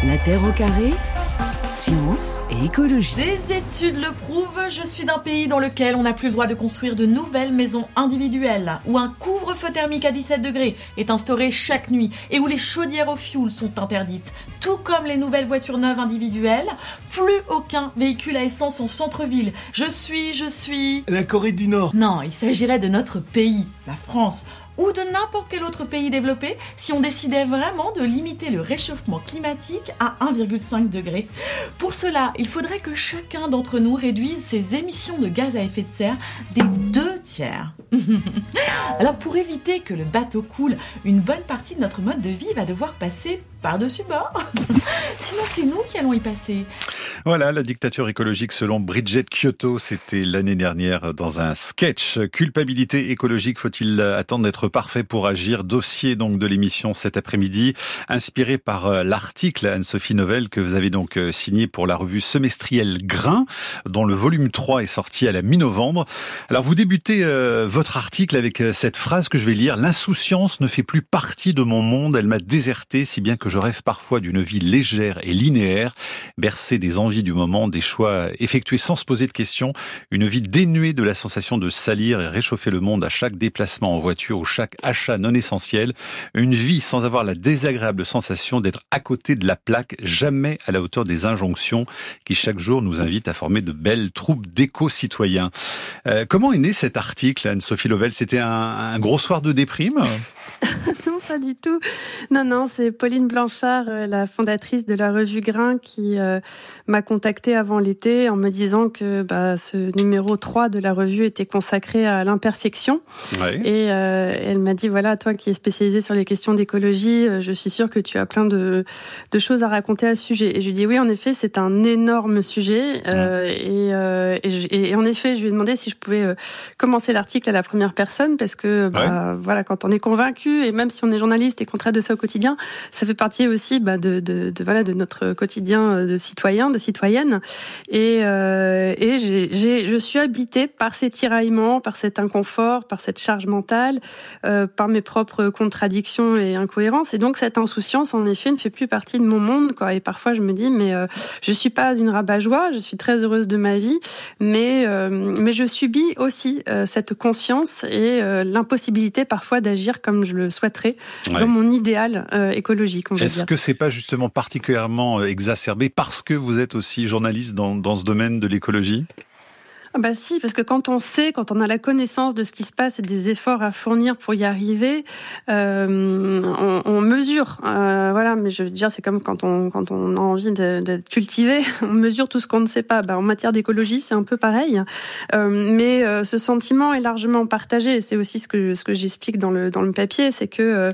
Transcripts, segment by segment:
La Terre au carré, science et écologie. Des études le prouvent, je suis d'un pays dans lequel on n'a plus le droit de construire de nouvelles maisons individuelles, où un couvre-feu thermique à 17 degrés est instauré chaque nuit et où les chaudières au fioul sont interdites. Tout comme les nouvelles voitures neuves individuelles, plus aucun véhicule à essence en centre-ville. Je suis... La Corée du Nord. Non, il s'agirait de notre pays, la France, ou de n'importe quel autre pays développé si on décidait vraiment de limiter le réchauffement climatique à 1,5 degré. Pour cela, il faudrait que chacun d'entre nous réduise ses émissions de gaz à effet de serre des 2/3. Alors pour éviter que le bateau coule, une bonne partie de notre mode de vie va devoir passer par-dessus bord. Sinon, c'est nous qui allons y passer. Voilà, la dictature écologique selon Bridget Kyoto, c'était l'année dernière dans un sketch. Culpabilité écologique, faut-il attendre d'être parfait pour agir? Dossier donc de l'émission cet après-midi, inspiré par l'article Anne-Sophie Novelle que vous avez donc signé pour la revue semestrielle Grain, dont le volume 3 est sorti à la mi-novembre. Alors vous débutez votre article avec cette phrase que je vais lire: l'insouciance ne fait plus partie de mon monde, elle m'a déserté, si bien que je rêve parfois d'une vie légère et linéaire, bercée des envies du moment, des choix effectués sans se poser de questions, une vie dénuée de la sensation de salir et réchauffer le monde à chaque déplacement en voiture ou chaque achat non essentiel, une vie sans avoir la désagréable sensation d'être à côté de la plaque, jamais à la hauteur des injonctions qui chaque jour nous invitent à former de belles troupes d'éco-citoyens. Comment est né cet article, Anne-Sophie Novelle? C'était un gros soir de déprime? Non, pas du tout. Non, c'est Pauline Blanchard, la fondatrice de la revue Grain, qui m'a contactée avant l'été en me disant que ce numéro 3 de la revue était consacré à l'imperfection. Ouais. Et elle m'a dit, voilà, toi qui es spécialisée sur les questions d'écologie, je suis sûre que tu as plein de choses à raconter à ce sujet. Et je lui ai dit, oui, en effet, c'est un énorme sujet. Et en effet, je lui ai demandé si je pouvais commencer l'article à la première personne, parce que voilà, quand on est convaincu, et même si on est journaliste et qu'on traite de ça au quotidien, ça fait partie aussi de notre quotidien de citoyen, de citoyenne. Et je suis habitée par ces tiraillements, par cet inconfort, par cette charge mentale, par mes propres contradictions et incohérences. Et donc cette insouciance, en effet, ne fait plus partie de mon monde, quoi. Et parfois je me dis, mais je suis pas une rabat-joie, je suis très heureuse de ma vie, mais je subis aussi cette conscience et l'impossibilité parfois d'agir comme je le souhaiterais dans mon idéal écologique. Est-ce que c'est pas justement particulièrement exacerbé parce que vous êtes aussi journaliste dans ce domaine de l'écologie ? Si, parce que quand on a la connaissance de ce qui se passe et des efforts à fournir pour y arriver, on mesure. Voilà, mais je veux dire, c'est comme quand on a envie de cultiver, on mesure tout ce qu'on ne sait pas. En matière d'écologie, c'est un peu pareil. Mais ce sentiment est largement partagé. Et c'est aussi ce que j'explique dans le papier, c'est que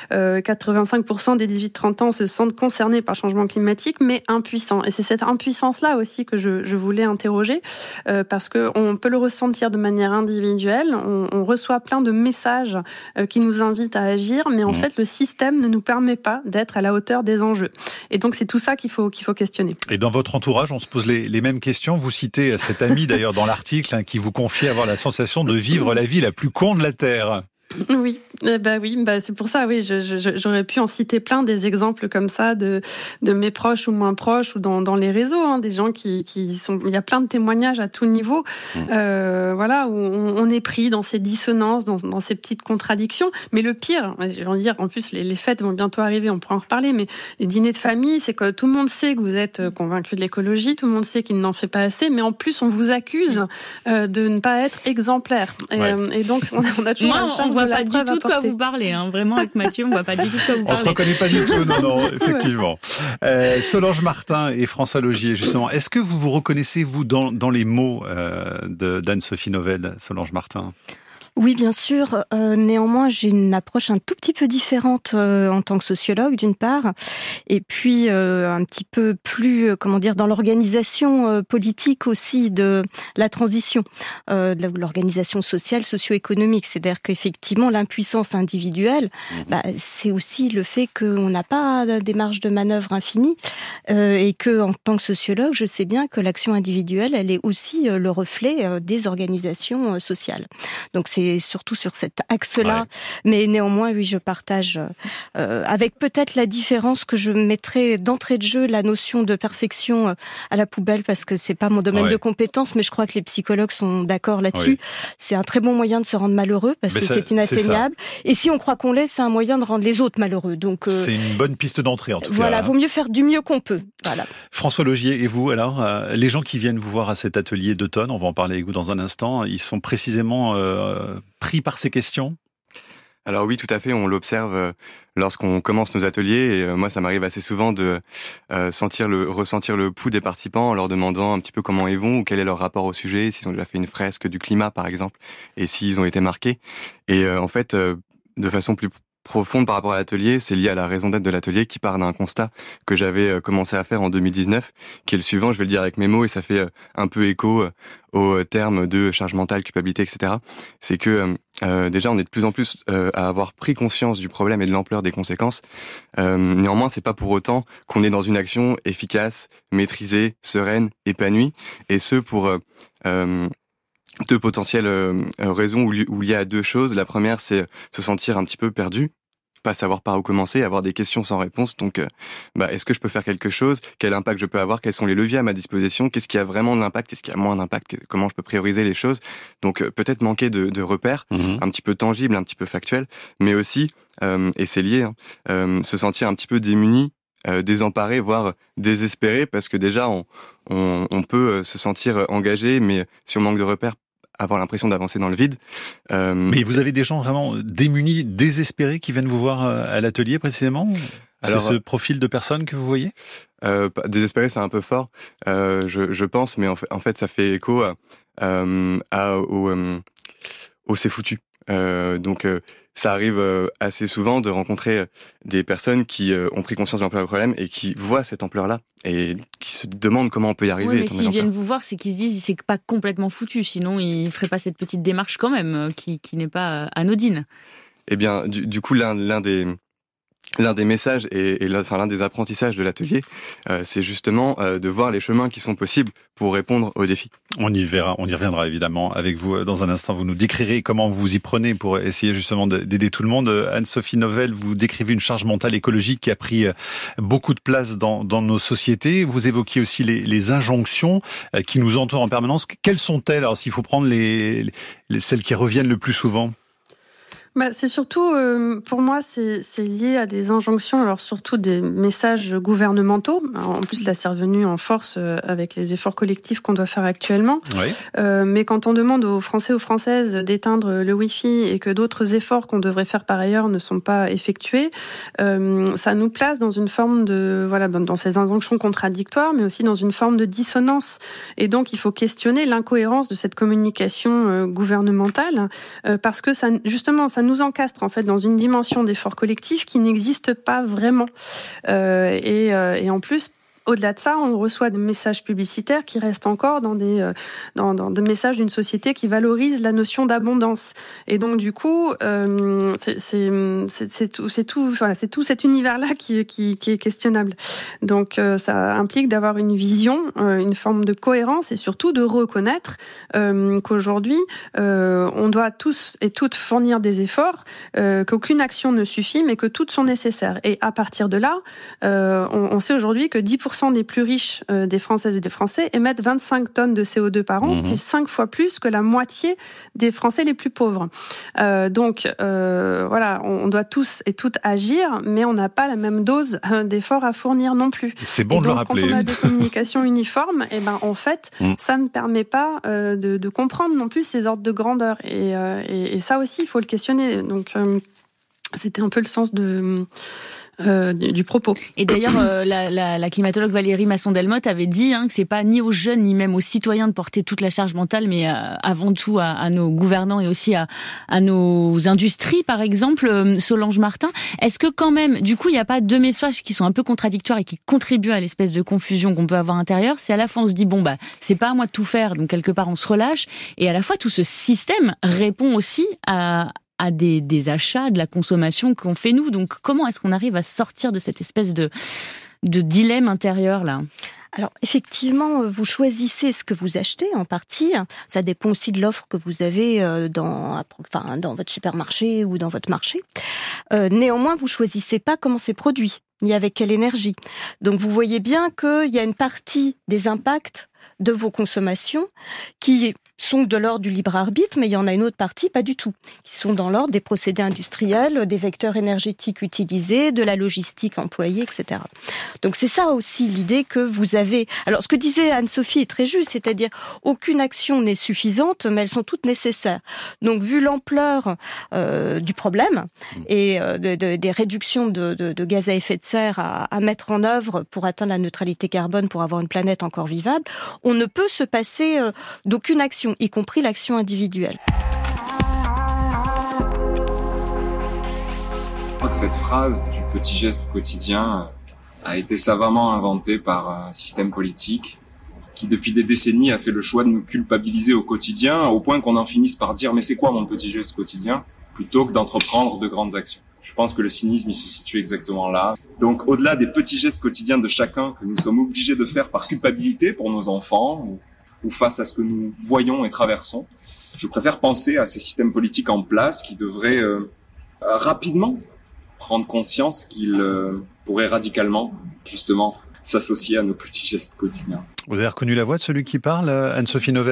85% des 18-30 ans se sentent concernés par le changement climatique, mais impuissants. Et c'est cette impuissance-là aussi que je voulais interroger, parce que on peut le ressentir de manière individuelle, on reçoit plein de messages qui nous invitent à agir, mais en fait le système ne nous permet pas d'être à la hauteur des enjeux. Et donc c'est tout ça qu'il faut questionner. Et dans votre entourage, on se pose les mêmes questions. Vous citez cet ami d'ailleurs dans l'article qui vous confie avoir la sensation de vivre la vie la plus con de la Terre. Oui, c'est pour ça, oui, j'aurais pu en citer plein des exemples comme ça de mes proches ou moins proches ou dans les réseaux, des gens qui sont, il y a plein de témoignages à tout niveau, voilà, où on est pris dans ces dissonances, dans ces petites contradictions. Mais le pire, je vais dire, en plus les fêtes vont bientôt arriver, on pourra en reparler, mais les dîners de famille, c'est que tout le monde sait que vous êtes convaincu de l'écologie, tout le monde sait qu'il n'en fait pas assez, mais en plus on vous accuse de ne pas être exemplaire. Et donc on a toujours un charge. On voit pas du tout de quoi vous parlez, Vraiment, avec Mathieu, on voit pas du tout de quoi vous parlez. On se reconnaît pas du tout, non, effectivement. Solange Martin et François Laugier, justement, est-ce que vous vous reconnaissez, vous, dans les mots d'Anne-Sophie Novelle, Solange Martin ? Oui, bien sûr. Néanmoins, j'ai une approche un tout petit peu différente en tant que sociologue, d'une part, et puis un petit peu plus, dans l'organisation politique aussi de la transition, de l'organisation sociale, socio-économique. C'est-à-dire qu'effectivement, l'impuissance individuelle, c'est aussi le fait qu'on n'a pas des marges de manœuvre infinies, et que, en tant que sociologue, je sais bien que l'action individuelle, elle est aussi le reflet des organisations sociales. Donc c'est c'est surtout sur cet axe-là. Mais néanmoins, oui, je partage avec peut-être la différence que je mettrais d'entrée de jeu la notion de perfection à la poubelle, parce que c'est pas mon domaine de compétence, mais je crois que les psychologues sont d'accord là-dessus. C'est un très bon moyen de se rendre malheureux, parce que c'est inatteignable. Et si on croit qu'on l'est, c'est un moyen de rendre les autres malheureux. Donc c'est une bonne piste d'entrée, en tout cas. Voilà, vaut mieux faire du mieux qu'on peut. Voilà. François Laugier, et vous alors, les gens qui viennent vous voir à cet atelier d'automne, on va en parler avec vous dans un instant, ils sont précisément pris par ces questions ? Alors oui, tout à fait, on l'observe lorsqu'on commence nos ateliers, et moi ça m'arrive assez souvent de ressentir le pouls des participants en leur demandant un petit peu comment ils vont, ou quel est leur rapport au sujet, s'ils ont déjà fait une fresque du climat par exemple, et s'ils ont été marqués. Et en fait, de façon plus profonde par rapport à l'atelier, c'est lié à la raison d'être de l'atelier, qui part d'un constat que j'avais commencé à faire en 2019, qui est le suivant, je vais le dire avec mes mots, et ça fait un peu écho aux termes de charge mentale, culpabilité, etc. C'est que déjà on est de plus en plus à avoir pris conscience du problème et de l'ampleur des conséquences. Néanmoins, c'est pas pour autant qu'on est dans une action efficace, maîtrisée, sereine, épanouie, et ce pour deux potentielles raisons où il y a deux choses. La première, c'est se sentir un petit peu perdu, pas savoir par où commencer, avoir des questions sans réponse. Donc, est-ce que je peux faire quelque chose ? Quel impact je peux avoir ? Quels sont les leviers à ma disposition ? Qu'est-ce qui a vraiment de l'impact ? Qu'est-ce qui a moins d'impact ? Comment je peux prioriser les choses ? Donc, peut-être manquer de repères, un petit peu tangibles, un petit peu factuels, mais aussi, et c'est lié, se sentir un petit peu démuni, désemparé, voire désespéré, parce que déjà, on peut se sentir engagé, mais si on manque de repères, avoir l'impression d'avancer dans le vide. Mais vous avez des gens vraiment démunis, désespérés qui viennent vous voir à l'atelier précisément ? C'est ce profil de personnes que vous voyez ? Désespéré, c'est un peu fort, je pense, mais en fait, ça fait écho au c'est foutu. Donc, ça arrive assez souvent de rencontrer des personnes qui ont pris conscience de l'ampleur du problème et qui voient cette ampleur-là et qui se demandent comment on peut y arriver. Oui, mais s'ils viennent vous voir, c'est qu'ils se disent c'est pas complètement foutu, sinon ils feraient pas cette petite démarche quand même, qui n'est pas anodine. Eh bien, du coup, l'un des messages et l'un des apprentissages de l'atelier, c'est justement de voir les chemins qui sont possibles pour répondre aux défis. On y reviendra évidemment avec vous dans un instant. Vous nous décrirez comment vous y prenez pour essayer justement d'aider tout le monde. Anne-Sophie Novelle, vous décrivez une charge mentale écologique qui a pris beaucoup de place dans nos sociétés. Vous évoquiez aussi les injonctions qui nous entourent en permanence. Quelles sont-elles ? Alors s'il faut prendre celles qui reviennent le plus souvent. C'est surtout, pour moi, c'est lié à des injonctions, alors surtout des messages gouvernementaux. En plus, là, c'est revenu en force avec les efforts collectifs qu'on doit faire actuellement. Oui. Mais quand on demande aux Français, aux Françaises d'éteindre le Wi-Fi et que d'autres efforts qu'on devrait faire par ailleurs ne sont pas effectués, ça nous place dans une forme dans ces injonctions contradictoires, mais aussi dans une forme de dissonance. Et donc, il faut questionner l'incohérence de cette communication gouvernementale, parce que ça nous encastre en fait dans une dimension d'effort collectif qui n'existe pas vraiment. Et en plus, au-delà de ça, on reçoit des messages publicitaires qui restent encore dans des messages d'une société qui valorise la notion d'abondance. Et donc du coup, c'est tout cet univers-là qui est questionnable. Donc ça implique d'avoir une vision, une forme de cohérence et surtout de reconnaître qu'aujourd'hui, on doit tous et toutes fournir des efforts, qu'aucune action ne suffit, mais que toutes sont nécessaires. Et à partir de là, on sait aujourd'hui que 10% des plus riches des Françaises et des Français émettent 25 tonnes de CO2 par an. C'est 5 fois plus que la moitié des Français les plus pauvres. Donc, on doit tous et toutes agir, mais on n'a pas la même dose d'efforts à fournir non plus. C'est bon de le rappeler. Quand on a des communications uniformes, en fait, ça ne permet pas de comprendre non plus ces ordres de grandeur. Et ça aussi, il faut le questionner. Donc, c'était un peu le sens du propos. Et d'ailleurs, la climatologue Valérie Masson-Delmotte avait dit que c'est pas ni aux jeunes ni même aux citoyens de porter toute la charge mentale, mais avant tout à nos gouvernants et aussi à nos industries, par exemple. Solange Martin, est-ce que quand même, du coup, il n'y a pas deux messages qui sont un peu contradictoires et qui contribuent à l'espèce de confusion qu'on peut avoir intérieure ? C'est à la fois on se dit c'est pas à moi de tout faire, donc quelque part on se relâche, et à la fois tout ce système répond aussi à des achats, de la consommation qu'on fait nous. Donc comment est-ce qu'on arrive à sortir de cette espèce de dilemme intérieur là ? Alors effectivement, vous choisissez ce que vous achetez en partie. Ça dépend aussi de l'offre que vous avez dans votre supermarché ou dans votre marché. Néanmoins, vous choisissez pas comment c'est produit, ni avec quelle énergie. Donc vous voyez bien qu'il y a une partie des impacts de vos consommations qui sont de l'ordre du libre arbitre, mais il y en a une autre partie, pas du tout, qui sont dans l'ordre des procédés industriels, des vecteurs énergétiques utilisés, de la logistique employée, etc. Donc c'est ça aussi l'idée que vous avez. Alors ce que disait Anne-Sophie est très juste, c'est-à-dire aucune action n'est suffisante, mais elles sont toutes nécessaires. Donc vu l'ampleur du problème et des réductions de gaz à effet de serre à mettre en œuvre pour atteindre la neutralité carbone, pour avoir une planète encore vivable, on ne peut se passer d'aucune action, y compris l'action individuelle. Je crois que cette phrase du petit geste quotidien a été savamment inventée par un système politique qui, depuis des décennies, a fait le choix de nous culpabiliser au quotidien, au point qu'on en finisse par dire « mais c'est quoi mon petit geste quotidien ?» plutôt que d'entreprendre de grandes actions. Je pense que le cynisme, il se situe exactement là. Donc, au-delà des petits gestes quotidiens de chacun que nous sommes obligés de faire par culpabilité pour nos enfants ou face à ce que nous voyons et traversons, je préfère penser à ces systèmes politiques en place qui devraient rapidement prendre conscience qu'ils pourraient radicalement, justement, s'associer à nos petits gestes quotidiens. Vous avez reconnu la voix de celui qui parle, Anne-Sophie Novelle ?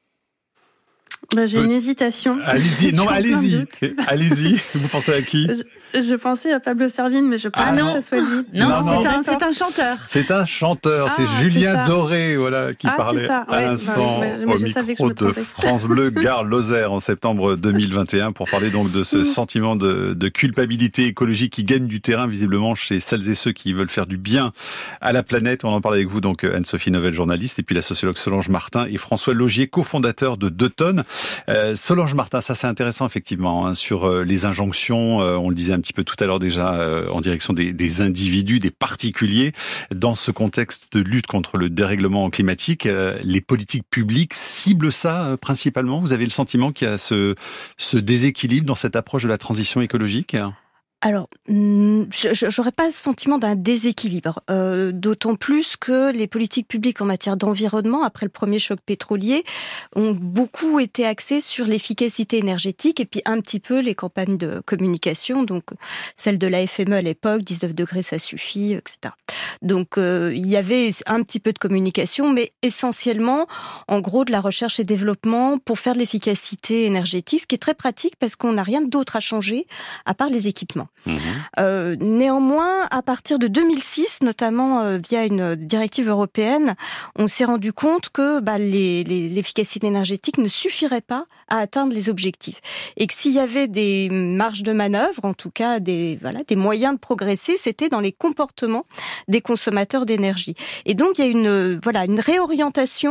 J'ai une hésitation. Allez-y, non, allez-y. Allez-y. Vous pensez à qui ? Je pensais à Pablo Servigne, mais je pense pas que ce soit lui. Non, c'est un chanteur. C'est un chanteur, c'est Julien Doré, qui parlait à l'instant au micro de France Bleu, Gare Lozère en septembre 2021 pour parler donc de ce sentiment de culpabilité écologique qui gagne du terrain visiblement chez celles et ceux qui veulent faire du bien à la planète. On en parle avec vous donc Anne-Sophie Novelle, journaliste, et puis la sociologue Solange Martin et François Laugier, cofondateur de 2 tonnes. Solange Martin, ça c'est intéressant effectivement sur les injonctions, on le disait un petit peu tout à l'heure déjà, en direction des individus, des particuliers. Dans ce contexte de lutte contre le dérèglement climatique, les politiques publiques ciblent ça principalement. Vous avez le sentiment qu'il y a ce déséquilibre dans cette approche de la transition écologique ? Alors, j'aurais pas le sentiment d'un déséquilibre, d'autant plus que les politiques publiques en matière d'environnement, après le premier choc pétrolier, ont beaucoup été axées sur l'efficacité énergétique et puis un petit peu les campagnes de communication, donc celle de la FME à l'époque, 19 degrés ça suffit, etc. Donc il y avait un petit peu de communication, mais essentiellement, en gros, de la recherche et développement pour faire de l'efficacité énergétique, ce qui est très pratique parce qu'on n'a rien d'autre à changer à part les équipements. Néanmoins, à partir de 2006, notamment via une directive européenne, on s'est rendu compte que l'efficacité énergétique ne suffirait pas à atteindre les objectifs. Et que s'il y avait des marges de manœuvre, en tout cas des moyens de progresser, c'était dans les comportements des consommateurs d'énergie. Et donc il y a une réorientation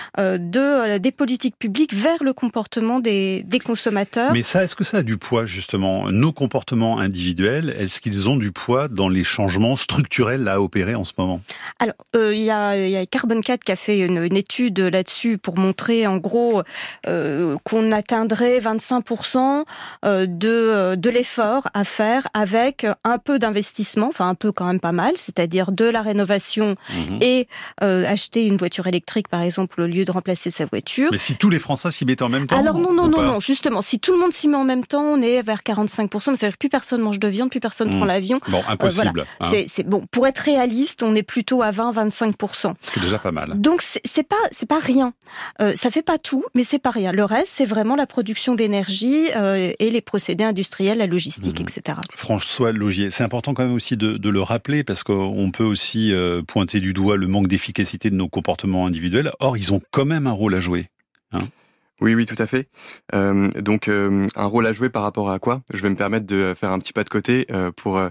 des politiques publiques vers le comportement des consommateurs. Mais ça, est-ce que ça a du poids justement ? Nos comportements individuels, est-ce qu'ils ont du poids dans les changements structurels à opérer en ce moment ? Alors, il y a Carbone 4 qui a fait une étude là-dessus pour montrer en gros qu'on atteindrait 25% de l'effort à faire avec un peu d'investissement, enfin un peu quand même pas mal, c'est-à-dire de la rénovation et acheter une voiture électrique par exemple au lieu de remplacer sa voiture. Mais si tous les Français s'y mettaient en même temps ? Alors non, justement, si tout le monde s'y met en même temps, on est vers 45%, mais ça veut dire que plus personne mange de viande, plus personne prend l'avion. Bon, impossible. Voilà. C'est bon, pour être réaliste, on est plutôt à 20-25%. Ce qui est déjà pas mal. Donc c'est pas rien. Ça fait pas tout, mais c'est pas rien. Le reste, c'est vraiment la production d'énergie et les procédés industriels, la logistique, etc. François Laugier, c'est important quand même aussi de le rappeler parce qu'on peut aussi pointer du doigt le manque d'efficacité de nos comportements individuels. Or, ils ont quand même un rôle à jouer. Oui, tout à fait. Donc, un rôle à jouer par rapport à quoi ? Je vais me permettre de faire un petit pas de côté pour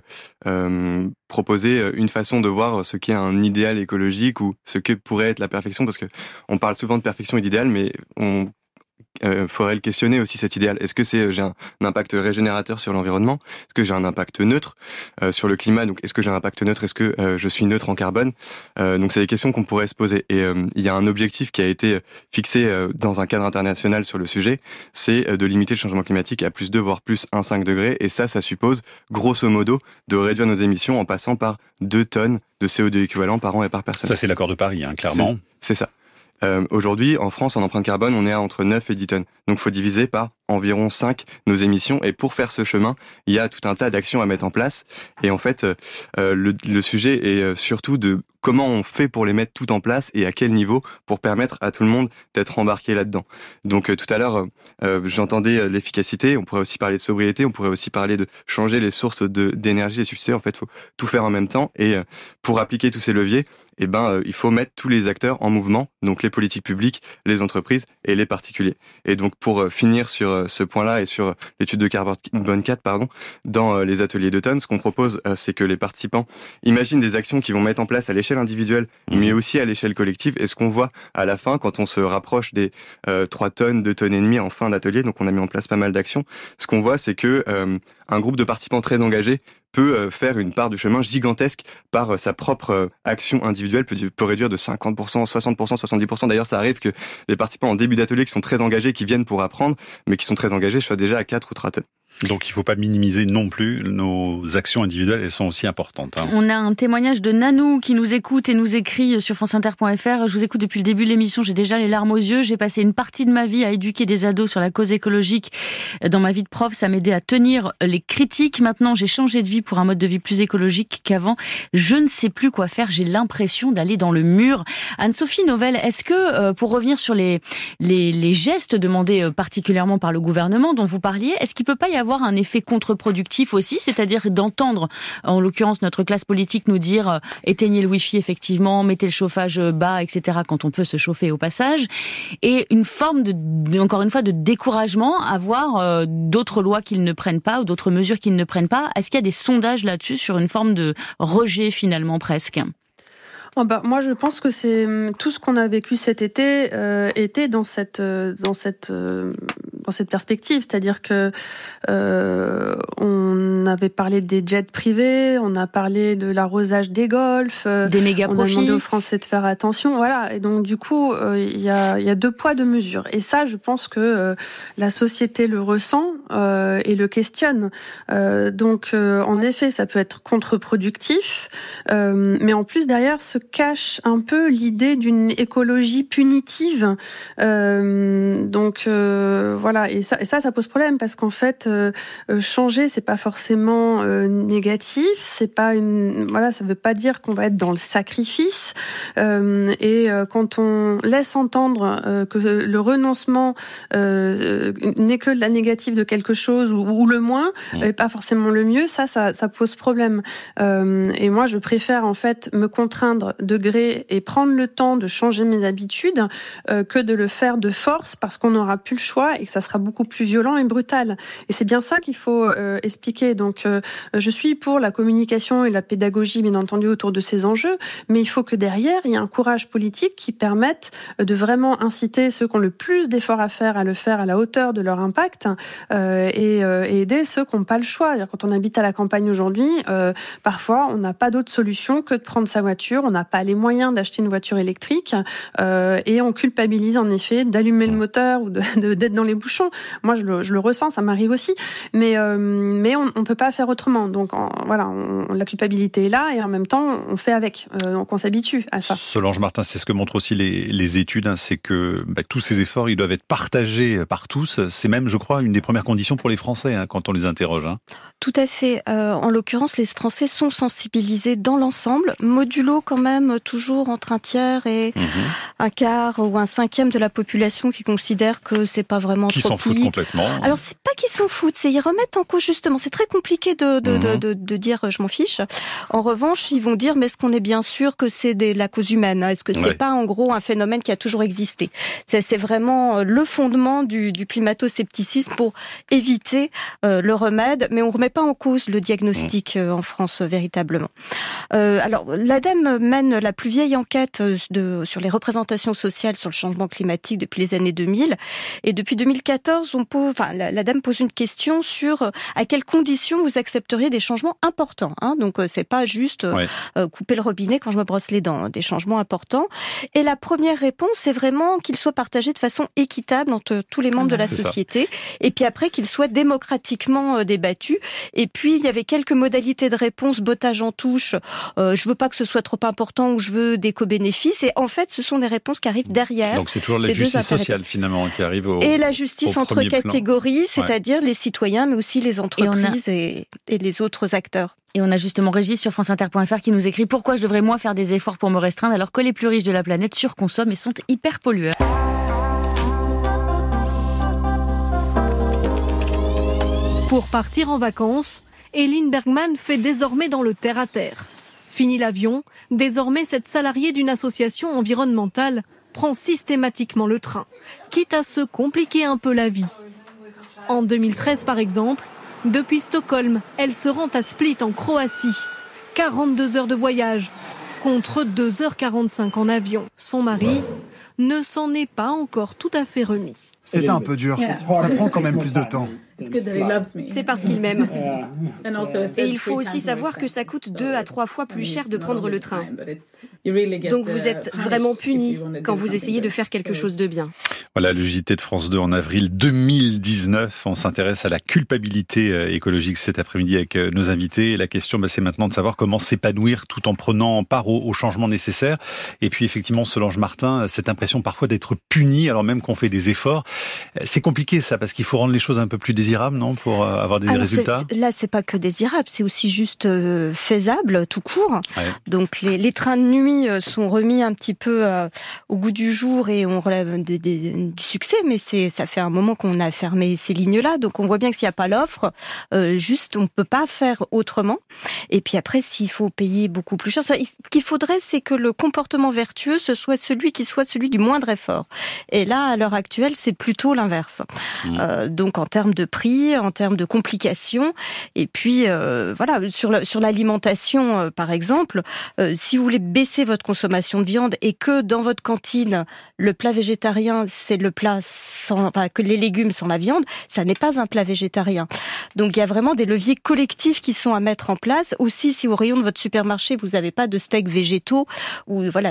proposer une façon de voir ce qu'est un idéal écologique ou ce que pourrait être la perfection, parce que on parle souvent de perfection et d'idéal, mais faudrait le questionner aussi, cet idéal. Est-ce que j'ai un impact régénérateur sur l'environnement? Est-ce que j'ai un impact neutre sur le climat? Donc, est-ce que j'ai un impact neutre? Est-ce que je suis neutre en carbone? Donc, c'est des questions qu'on pourrait se poser. Et il y a un objectif qui a été fixé dans un cadre international sur le sujet, c'est de limiter le changement climatique à plus 2, voire plus 1,5 degrés. Et ça suppose, grosso modo, de réduire nos émissions en passant par 2 tonnes de CO2 équivalent par an et par personne. Ça, c'est l'accord de Paris, clairement. C'est ça. Aujourd'hui, en France, en empreinte carbone, on est à entre 9 et 10 tonnes. Donc, il faut diviser par environ 5 nos émissions. Et pour faire ce chemin, il y a tout un tas d'actions à mettre en place. Et en fait, le sujet est surtout de comment on fait pour les mettre tout en place et à quel niveau pour permettre à tout le monde d'être embarqué là-dedans. Donc, tout à l'heure, j'entendais l'efficacité. On pourrait aussi parler de sobriété. On pourrait aussi parler de changer les sources d'énergie et substituer. En fait, il faut tout faire en même temps. Et pour appliquer tous ces leviers, il faut mettre tous les acteurs en mouvement, donc les politiques publiques, les entreprises et les particuliers. Et donc, pour finir sur ce point-là et sur l'étude de carbone 4, dans les ateliers d'automne, ce qu'on propose, c'est que les participants imaginent des actions qu'ils vont mettre en place à l'échelle individuelle, mais aussi à l'échelle collective. Et ce qu'on voit à la fin, quand on se rapproche des 3 tonnes, 2 tonnes et demie en fin d'atelier, donc on a mis en place pas mal d'actions, ce qu'on voit, c'est que un groupe de participants très engagés peut faire une part du chemin gigantesque par sa propre action individuelle, peut réduire de 50%, 60%, 70%. D'ailleurs, ça arrive que les participants en début d'atelier qui sont très engagés, qui viennent pour apprendre, mais qui sont très engagés, soient déjà à 4 ou 3 tonnes. Donc il ne faut pas minimiser non plus nos actions individuelles, elles sont aussi importantes. On a un témoignage de Nanou qui nous écoute et nous écrit sur franceinter.fr. Je vous écoute depuis le début de l'émission, j'ai déjà les larmes aux yeux. J'ai passé une partie de ma vie à éduquer des ados sur la cause écologique. Dans ma vie de prof, ça m'aidait à tenir les critiques. Maintenant, j'ai changé de vie pour un mode de vie plus écologique qu'avant. Je ne sais plus quoi faire, j'ai l'impression d'aller dans le mur. Anne-Sophie Novelle, est-ce que, pour revenir sur les gestes demandés particulièrement par le gouvernement dont vous parliez, est-ce qu'il ne peut pas y avoir un effet contre-productif aussi, c'est-à-dire d'entendre, en l'occurrence, notre classe politique nous dire éteignez le Wi-Fi effectivement, mettez le chauffage bas, etc., quand on peut se chauffer au passage, et une forme encore une fois, de découragement à voir d'autres lois qu'ils ne prennent pas ou d'autres mesures qu'ils ne prennent pas. Est-ce qu'il y a des sondages là-dessus sur une forme de rejet finalement presque ? Moi, je pense que c'est tout ce qu'on a vécu cet été était dans cette perspective, c'est-à-dire que on avait parlé des jets privés, on a parlé de l'arrosage des golfs, des méga profits. On a demandé aux Français de faire attention, voilà. Et donc du coup, il y a 2 poids 2 mesures. Et ça, je pense que la société le ressent et le questionne. Donc en effet, ça peut être contre-productif, mais en plus derrière se cache un peu l'idée d'une écologie punitive. Voilà, et ça pose problème parce qu'en fait, changer, c'est pas forcément négatif, c'est pas ça veut pas dire qu'on va être dans le sacrifice. Et quand on laisse entendre que le renoncement n'est que la négative de quelque chose ou le moins, et pas forcément le mieux, ça pose problème. Et moi, je préfère en fait me contraindre de gré et prendre le temps de changer mes habitudes que de le faire de force parce qu'on n'aura plus le choix et que ça sera beaucoup plus violent et brutal. Et c'est bien ça qu'il faut expliquer. Donc, je suis pour la communication et la pédagogie, bien entendu, autour de ces enjeux, mais il faut que derrière, il y ait un courage politique qui permette de vraiment inciter ceux qui ont le plus d'efforts à faire le faire à la hauteur de leur impact et aider ceux qui n'ont pas le choix. Quand on habite à la campagne aujourd'hui, parfois, on n'a pas d'autre solution que de prendre sa voiture, on n'a pas les moyens d'acheter une voiture électrique et on culpabilise en effet d'allumer le moteur ou d'être dans les bouchons. Moi, je le ressens, ça m'arrive aussi, mais on peut pas faire autrement. Donc la culpabilité est là et en même temps, on fait avec. Donc on s'habitue à ça. Solange Martin, c'est ce que montrent aussi les études, c'est que tous ces efforts, ils doivent être partagés par tous. C'est même, je crois, une des premières conditions pour les Français quand on les interroge. Tout à fait. En l'occurrence, les Français sont sensibilisés dans l'ensemble, modulo quand même toujours entre un tiers et un quart ou un cinquième de la population qui considère que c'est pas vraiment trop s'en foutent complètement. Alors, c'est pas qu'ils s'en foutent, c'est ils remettent en cause, justement. C'est très compliqué de dire je m'en fiche. En revanche, ils vont dire, mais est-ce qu'on est bien sûr que c'est la cause humaine? Est-ce que c'est pas, en gros, un phénomène qui a toujours existé? C'est vraiment le fondement du climato-scepticisme pour éviter le remède, mais on remet pas en cause le diagnostic en France, véritablement. Alors, l'ADEME mène la plus vieille enquête sur les représentations sociales sur le changement climatique depuis les années 2000. Et depuis 2014, l'ADEME pose une question sur à quelles conditions vous accepteriez des changements importants. Donc, c'est pas juste couper le robinet quand je me brosse les dents, des changements importants. Et la première réponse, c'est vraiment qu'ils soient partagés de façon équitable entre tous les membres de la société. Et puis après, qu'ils soient démocratiquement débattus. Et puis, il y avait quelques modalités de réponse, bottage en touche. Je veux pas que ce soit trop important ou je veux des co-bénéfices. Et en fait, ce sont des réponses qui arrivent derrière. Donc, c'est toujours la justice sociale, finalement, qui arrive au Et la justice entre catégories, c'est-à-dire les citoyens, mais aussi les entreprises et les autres acteurs. Et on a justement Régis sur franceinter.fr qui nous écrit « Pourquoi je devrais moi faire des efforts pour me restreindre alors que les plus riches de la planète surconsomment et sont hyper pollueurs ?» Pour partir en vacances, Eline Bergman fait désormais dans le terre-à-terre. Fini l'avion, désormais cette salariée d'une association environnementale prend systématiquement le train, quitte à se compliquer un peu la vie. En 2013 par exemple, depuis Stockholm, elle se rend à Split en Croatie. 42 heures de voyage, contre 2h45 en avion. Son mari ne s'en est pas encore tout à fait remis. C'est un peu dur, ça prend quand même plus de temps. C'est parce qu'il m'aime. Et il faut aussi savoir que ça coûte 2 à 3 fois plus cher de prendre le train. Donc vous êtes vraiment puni quand vous essayez de faire quelque chose de bien. Voilà le JT de France 2 en avril 2019. On s'intéresse à la culpabilité écologique cet après-midi avec nos invités. Et la question, c'est maintenant de savoir comment s'épanouir tout en prenant part aux changements nécessaires. Et puis effectivement, Solange Martin, cette impression parfois d'être puni alors même qu'on fait des efforts. C'est compliqué ça, parce qu'il faut rendre les choses un peu plus désirables, non, pour avoir des résultats. Là, c'est pas que désirable, c'est aussi juste faisable, tout court. Ouais. Donc les trains de nuit sont remis un petit peu au goût du jour et on relève du succès, mais ça fait un moment qu'on a fermé ces lignes-là, donc on voit bien que s'il n'y a pas l'offre, juste on peut pas faire autrement. Et puis après, s'il faut payer beaucoup plus cher, ce qu'il faudrait, c'est que le comportement vertueux ce soit celui du moindre effort. Et là, à l'heure actuelle, c'est plutôt l'inverse. Donc en termes de prix, en termes de complications, et puis voilà, sur l'alimentation par exemple, si vous voulez baisser votre consommation de viande et que dans votre cantine le plat végétarien c'est le plat que les légumes sans la viande, ça n'est pas un plat végétarien. Donc il y a vraiment des leviers collectifs qui sont à mettre en place. Aussi, si au rayon de votre supermarché vous n'avez pas de steaks végétaux ou voilà,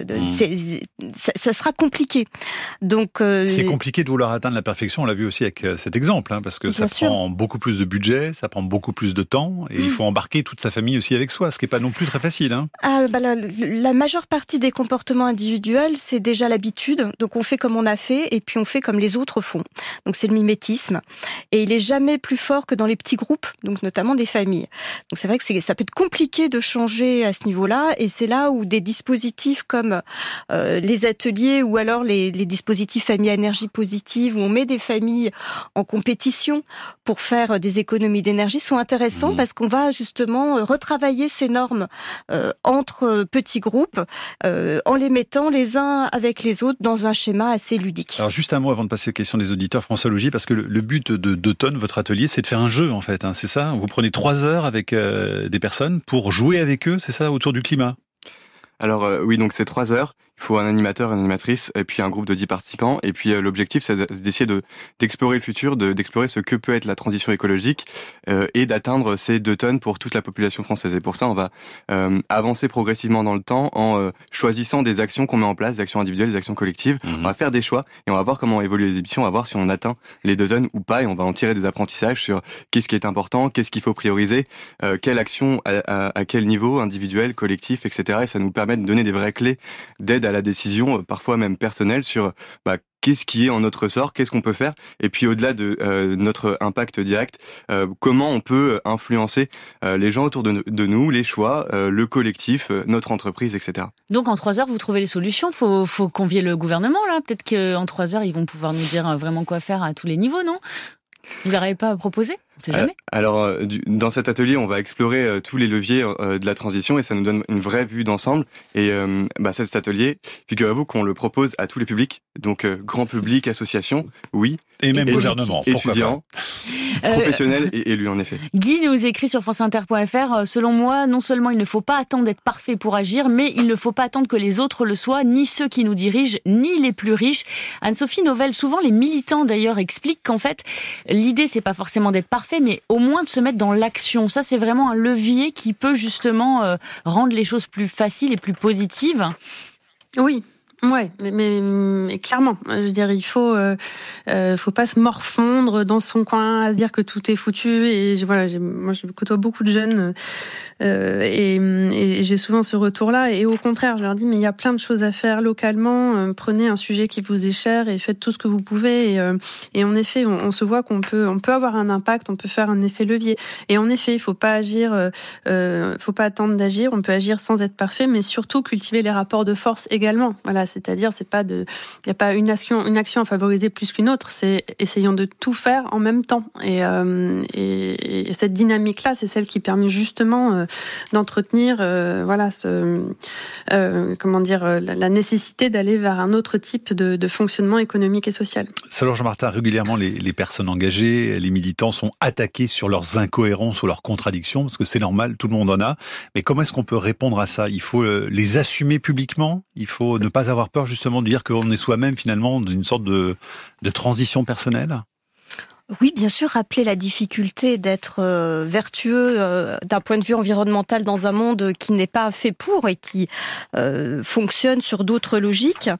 ça sera compliqué. Donc c'est compliqué de vouloir atteindre la perfection. On l'a vu aussi avec cet exemple, parce que ça prend beaucoup plus de budget, ça prend beaucoup plus de temps, et il faut embarquer toute sa famille aussi avec soi, ce qui n'est pas non plus très facile. La majeure partie des comportements individuels, c'est déjà l'habitude. Donc on fait comme on a fait, et puis on fait comme les autres font. Donc c'est le mimétisme, et il est jamais plus fort que dans les petits groupes, donc notamment des familles. Donc c'est vrai que ça peut être compliqué de changer à ce niveau-là, et c'est là où des dispositifs comme les ateliers ou alors les dispositifs famille à énergie positive, où on met des familles en compétition pour faire des économies d'énergie sont intéressants parce qu'on va justement retravailler ces normes entre petits groupes en les mettant les uns avec les autres dans un schéma assez ludique. Alors juste un mot avant de passer aux questions des auditeurs, François Lougier, parce que le but d'Automne, votre atelier, c'est de faire un jeu en fait, c'est ça? Vous prenez 3 heures avec des personnes pour jouer avec eux, c'est ça, autour du climat? Alors oui, donc c'est 3 heures. Il faut un animateur, une animatrice, et puis un groupe de 10 participants. Et puis l'objectif, c'est d'essayer d'explorer le futur, d'explorer ce que peut être la transition écologique et d'atteindre ces 2 tonnes pour toute la population française. Et pour ça, on va avancer progressivement dans le temps en choisissant des actions qu'on met en place, des actions individuelles, des actions collectives. On va faire des choix et on va voir comment évoluent les émissions, on va voir si on atteint les 2 tonnes ou pas, et on va en tirer des apprentissages sur qu'est-ce qui est important, qu'est-ce qu'il faut prioriser, quelle action à quel niveau, individuel, collectif, etc. Et ça nous permet de donner des vraies clés d'aide à la décision, parfois même personnelle, sur qu'est-ce qui est en notre ressort, qu'est-ce qu'on peut faire, et puis au-delà de notre impact direct, comment on peut influencer les gens autour de nous, les choix, le collectif, notre entreprise, etc. Donc en 3 heures, vous trouvez les solutions. Faut convier le gouvernement là. Peut-être qu'en 3 heures, ils vont pouvoir nous dire vraiment quoi faire à tous les niveaux, non ? Vous leur avez pas proposé ? On sait jamais. Alors, dans cet atelier, on va explorer tous les leviers de la transition et ça nous donne une vraie vue d'ensemble. Et cet atelier, figurez-vous qu'on le propose à tous les publics, donc grand public, associations, oui. Et même gouvernement, étudiants, professionnels et élus, en effet. Guy nous écrit sur franceinter.fr, selon moi, non seulement il ne faut pas attendre d'être parfait pour agir, mais il ne faut pas attendre que les autres le soient, ni ceux qui nous dirigent, ni les plus riches. Anne-Sophie Novelle, souvent les militants d'ailleurs expliquent qu'en fait, l'idée c'est pas forcément d'être parfait, mais au moins de se mettre dans l'action. Ça, c'est vraiment un levier qui peut justement rendre les choses plus faciles et plus positives. Oui. Ouais, mais clairement, je veux dire, il faut pas se morfondre dans son coin à se dire que tout est foutu. Et moi, je côtoie beaucoup de jeunes et j'ai souvent ce retour-là. Et au contraire, je leur dis, mais il y a plein de choses à faire localement. Prenez un sujet qui vous est cher et faites tout ce que vous pouvez. Et en effet, on se voit qu'on peut avoir un impact, on peut faire un effet levier. Et en effet, il faut pas agir, faut pas attendre d'agir. On peut agir sans être parfait, mais surtout cultiver les rapports de force également. Voilà. C'est-à-dire, il n'y a pas une action à favoriser plus qu'une autre. C'est essayons de tout faire en même temps. Et cette dynamique-là, c'est celle qui permet justement d'entretenir, la nécessité d'aller vers un autre type de fonctionnement économique et social. Solange Martin, régulièrement, les personnes engagées, les militants sont attaqués sur leurs incohérences ou leurs contradictions, parce que c'est normal, tout le monde en a. Mais comment est-ce qu'on peut répondre à ça ? Il faut les assumer publiquement. Il faut ne pas avoir peur justement de dire qu'on est soi-même finalement d'une sorte de transition personnelle. Oui, bien sûr, rappeler la difficulté d'être vertueux d'un point de vue environnemental dans un monde qui n'est pas fait pour et qui fonctionne sur d'autres logiques.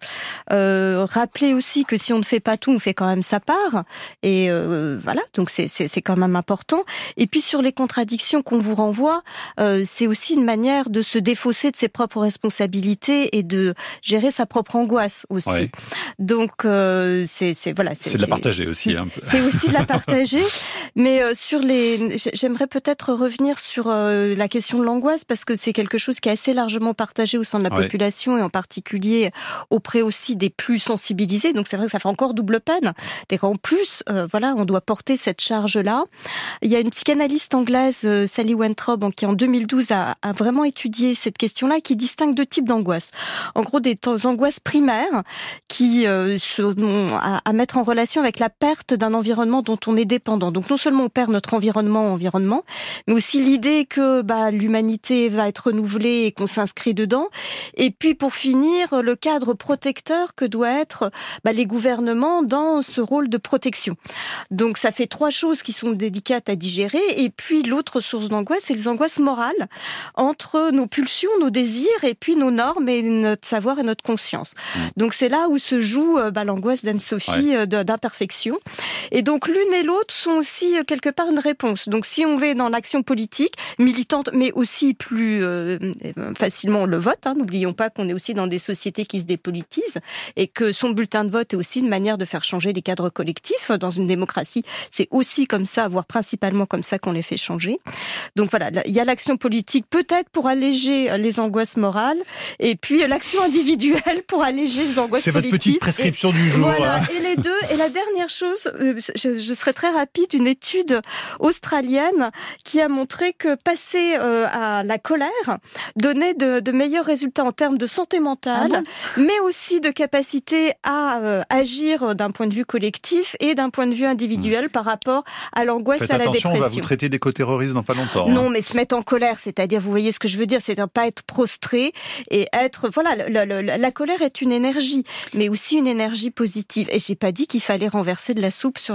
Rappeler aussi que si on ne fait pas tout, on fait quand même sa part. Et voilà, donc c'est quand même important. Et puis sur les contradictions qu'on vous renvoie, c'est aussi une manière de se défausser de ses propres responsabilités et de gérer sa propre angoisse aussi. Ouais. Donc c'est de la partager aussi un peu. C'est aussi de la partager, mais j'aimerais peut-être revenir sur la question de l'angoisse parce que c'est quelque chose qui est assez largement partagé au sein de la population et en particulier auprès aussi des plus sensibilisés. Donc c'est vrai que ça fait encore double peine. En plus, on doit porter cette charge-là. Il y a une psychanalyste anglaise, Sally Weintraub, qui en 2012 a vraiment étudié cette question-là, qui distingue 2 types d'angoisse. En gros, des angoisses primaires qui sont à mettre en relation avec la perte d'un environnement dont on est dépendant. Donc non seulement on perd notre environnement, mais aussi l'idée que l'humanité va être renouvelée et qu'on s'inscrit dedans. Et puis pour finir, le cadre protecteur que doivent être les gouvernements dans ce rôle de protection. Donc ça fait 3 choses qui sont délicates à digérer. Et puis l'autre source d'angoisse, c'est les angoisses morales entre nos pulsions, nos désirs et puis nos normes et notre savoir et notre conscience. Donc c'est là où se joue l'angoisse d'Anne-Sophie d'imperfection. Et donc l'une et l'autre sont aussi quelque part une réponse. Donc si on va dans l'action politique, militante, mais aussi plus facilement le vote, n'oublions pas qu'on est aussi dans des sociétés qui se dépolitisent et que son bulletin de vote est aussi une manière de faire changer les cadres collectifs. Dans une démocratie, c'est aussi comme ça, voire principalement comme ça qu'on les fait changer. Donc voilà, il y a l'action politique peut-être pour alléger les angoisses morales et puis l'action individuelle pour alléger les angoisses c'est politiques. C'est votre petite prescription du jour. Voilà, et les deux. Et la dernière chose, je serai très rapide, une étude australienne qui a montré que passer à la colère donnait de meilleurs résultats en termes de santé mentale, mais aussi de capacité à agir d'un point de vue collectif et d'un point de vue individuel par rapport à l'angoisse, à la dépression. On va vous traiter d'éco-terroristes dans pas longtemps. Non, mais se mettre en colère, c'est-à-dire, vous voyez ce que je veux dire, c'est de ne pas être prostré et être... Voilà, la colère est une énergie, mais aussi une énergie positive. Et j'ai pas dit qu'il fallait renverser de la soupe sur les tableaux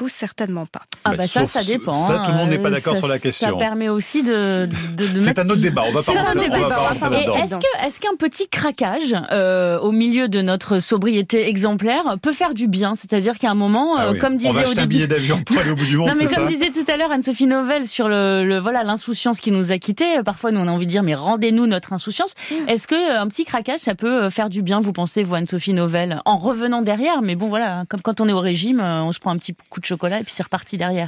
l'eau, certainement pas. Ça dépend. Ça, tout le monde n'est pas d'accord sur la question. Ça permet aussi de c'est un autre débat. On va pas rentrer là-dedans. Est-ce qu'un petit craquage au milieu de notre sobriété exemplaire peut faire du bien? C'est-à-dire qu'à un moment, comme disait on va acheter un billet d'avion pour aller au bout du monde. Non, mais comme disait tout à l'heure Anne-Sophie Novelle sur l'insouciance qui nous a quittés. Parfois, nous on a envie de dire, mais rendez-nous notre insouciance. Est-ce que un petit craquage, ça peut faire du bien, vous pensez, vous, Anne-Sophie Novelle, en revenant derrière? Mais bon, voilà, comme quand on est au régime, on se prend un petit coup de chocolat et puis c'est reparti derrière.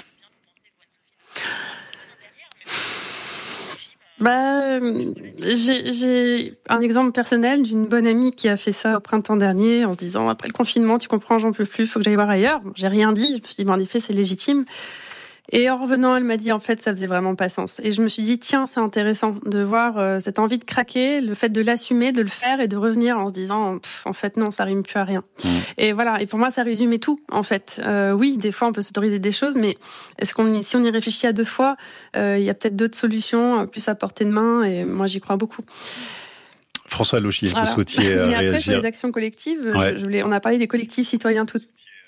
J'ai un exemple personnel d'une bonne amie qui a fait ça au printemps dernier en se disant, après le confinement, tu comprends, j'en peux plus, faut que j'aille voir ailleurs. J'ai rien dit, je me suis dit, en effet, c'est légitime. Et en revenant, elle m'a dit, en fait, ça faisait vraiment pas sens. Et je me suis dit, tiens, c'est intéressant de voir cette envie de craquer, le fait de l'assumer, de le faire et de revenir en se disant, en fait, non, ça rime plus à rien. Et voilà. Et pour moi, ça résumait tout, en fait. Oui, des fois, on peut s'autoriser des choses, mais si on y réfléchit à deux fois, il y a peut-être d'autres solutions, plus à portée de main, et moi, j'y crois beaucoup. François Logier, vous souhaitiez mais après, réagir. sur les actions collectives, on a parlé des collectifs citoyens tout.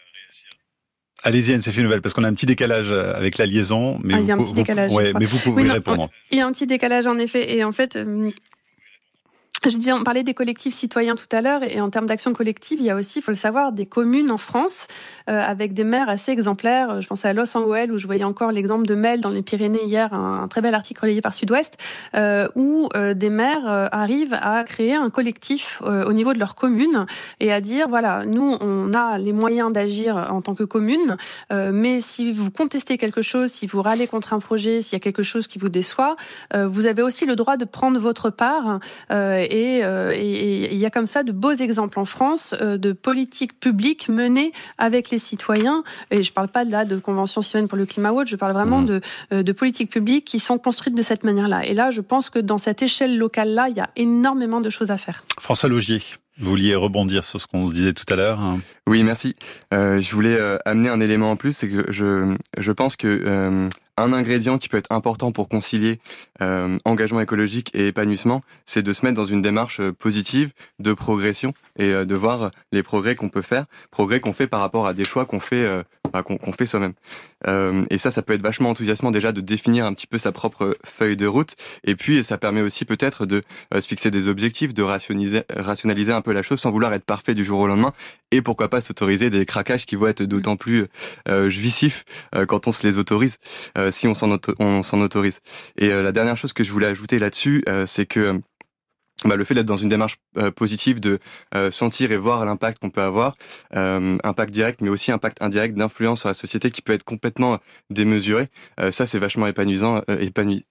Allez-y, Anne-Sophie Novelle, parce qu'on a un petit décalage avec la liaison. Mais il y a un petit décalage. Mais vous pouvez répondre. Il y a un petit décalage, en effet. Et en fait, je disais, on parlait des collectifs citoyens tout à l'heure, et en termes d'action collective, il y a aussi, il faut le savoir, des communes en France avec des maires assez exemplaires. Je pensais à Los-en-Goël, où je voyais encore l'exemple de Mel dans les Pyrénées hier, un très bel article relayé par Sud-Ouest, où des maires arrivent à créer un collectif au niveau de leur commune et à dire, voilà, nous, on a les moyens d'agir en tant que commune, mais si vous contestez quelque chose, si vous râlez contre un projet, s'il y a quelque chose qui vous déçoit, vous avez aussi le droit de prendre votre part. Et il y a comme ça de beaux exemples en France de politiques publiques menées avec les citoyens. Et je ne parle pas là de convention citoyenne pour le climat watch, je parle vraiment de politiques publiques qui sont construites de cette manière-là. Et là, je pense que dans cette échelle locale-là, il y a énormément de choses à faire. François Logier, vous vouliez rebondir sur ce qu'on se disait tout à l'heure? Oui, merci. Je voulais amener un élément en plus, c'est que je pense que un ingrédient qui peut être important pour concilier engagement écologique et épanouissement, c'est de se mettre dans une démarche positive de progression et de voir les progrès qu'on peut faire, progrès qu'on fait par rapport à des choix qu'on fait soi-même. Et ça peut être vachement enthousiasmant déjà de définir un petit peu sa propre feuille de route. Et puis ça permet aussi peut-être de se fixer des objectifs, de rationaliser un peu la chose sans vouloir être parfait du jour au lendemain. Et pourquoi pas s'autoriser des craquages qui vont être d'autant plus jouissifs quand on se les autorise, si on s'en autorise. Et la dernière chose que je voulais ajouter là-dessus, c'est que le fait d'être dans une démarche positive, de sentir et voir l'impact qu'on peut avoir, impact direct, mais aussi impact indirect d'influence sur la société qui peut être complètement démesuré. Ça, c'est vachement épanouissant, et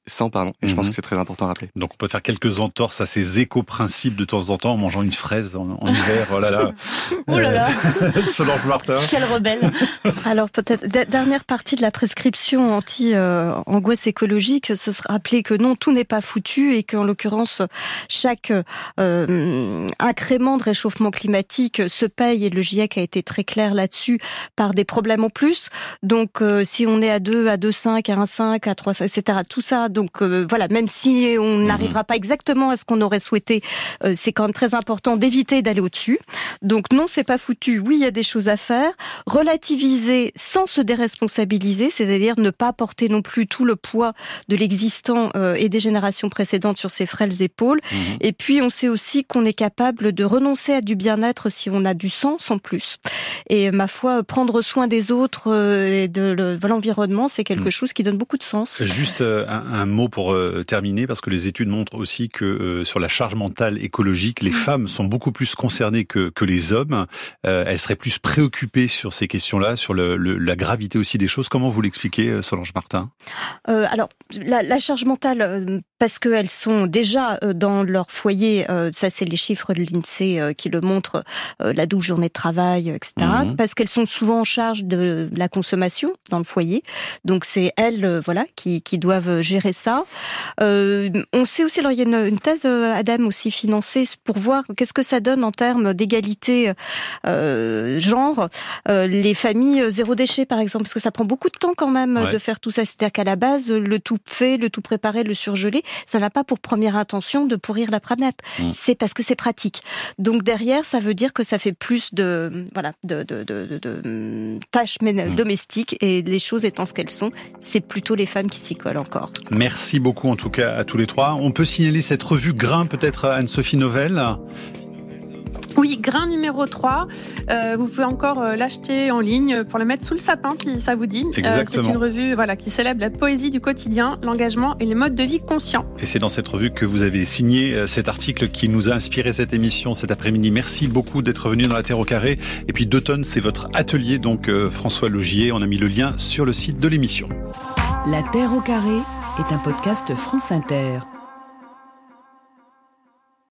je pense que c'est très important à rappeler. Donc, on peut faire quelques entorses à ces éco-principes de temps en temps en mangeant une fraise en hiver. Oh là là. Oh là là. Solange Martin. Quelle rebelle. Alors, peut-être, dernière partie de la prescription anti-angoisse écologique, ce serait rappeler que non, tout n'est pas foutu et qu'en l'occurrence, chaque incrément de réchauffement climatique se paye, et le GIEC a été très clair là-dessus, par des problèmes en plus. Donc, si on est à 2, à 2,5, à 1,5, à 3, etc., tout ça, donc voilà, même si on n'arrivera pas exactement à ce qu'on aurait souhaité, c'est quand même très important d'éviter d'aller au-dessus. Donc non, c'est pas foutu. Oui, il y a des choses à faire. Relativiser sans se déresponsabiliser, c'est-à-dire ne pas porter non plus tout le poids de l'existant et des générations précédentes sur ses frêles épaules. Et puis, on sait aussi qu'on est capable de renoncer à du bien-être si on a du sens en plus. Et ma foi, prendre soin des autres et de l'environnement, c'est quelque chose qui donne beaucoup de sens. Juste un mot pour terminer, parce que les études montrent aussi que sur la charge mentale écologique, les femmes sont beaucoup plus concernées que les hommes. Elles seraient plus préoccupées sur ces questions-là, sur la gravité aussi des choses. Comment vous l'expliquez, Solange Martin? Alors, la charge mentale, parce qu'elles sont déjà dans leur foyer, ça c'est les chiffres de l'INSEE qui le montrent, la double journée de travail, etc. Parce qu'elles sont souvent en charge de la consommation dans le foyer. Donc c'est elles, qui doivent gérer ça. On sait aussi, alors il y a une thèse Adam aussi financée pour voir qu'est-ce que ça donne en termes d'égalité genre, les familles zéro déchet par exemple, parce que ça prend beaucoup de temps quand même de faire tout ça. C'est-à-dire qu'à la base, le tout fait, le tout préparé, le surgelé, ça n'a pas pour première intention de pourrir la planète. C'est parce que c'est pratique. Donc derrière, ça veut dire que ça fait plus de tâches domestiques, et les choses étant ce qu'elles sont, c'est plutôt les femmes qui s'y collent encore. Merci beaucoup en tout cas à tous les trois. On peut signaler cette revue Grain peut-être à Anne-Sophie Novelle. Oui, Grain numéro 3. Vous pouvez encore l'acheter en ligne pour le mettre sous le sapin si ça vous dit. Exactement. C'est une revue qui célèbre la poésie du quotidien, l'engagement et les modes de vie conscients. Et c'est dans cette revue que vous avez signé cet article qui nous a inspiré cette émission cet après-midi. Merci beaucoup d'être venu dans La Terre au carré. Et puis 2 tonnes, c'est votre atelier, donc François Laugier. On a mis le lien sur le site de l'émission. La Terre au carré est un podcast France Inter.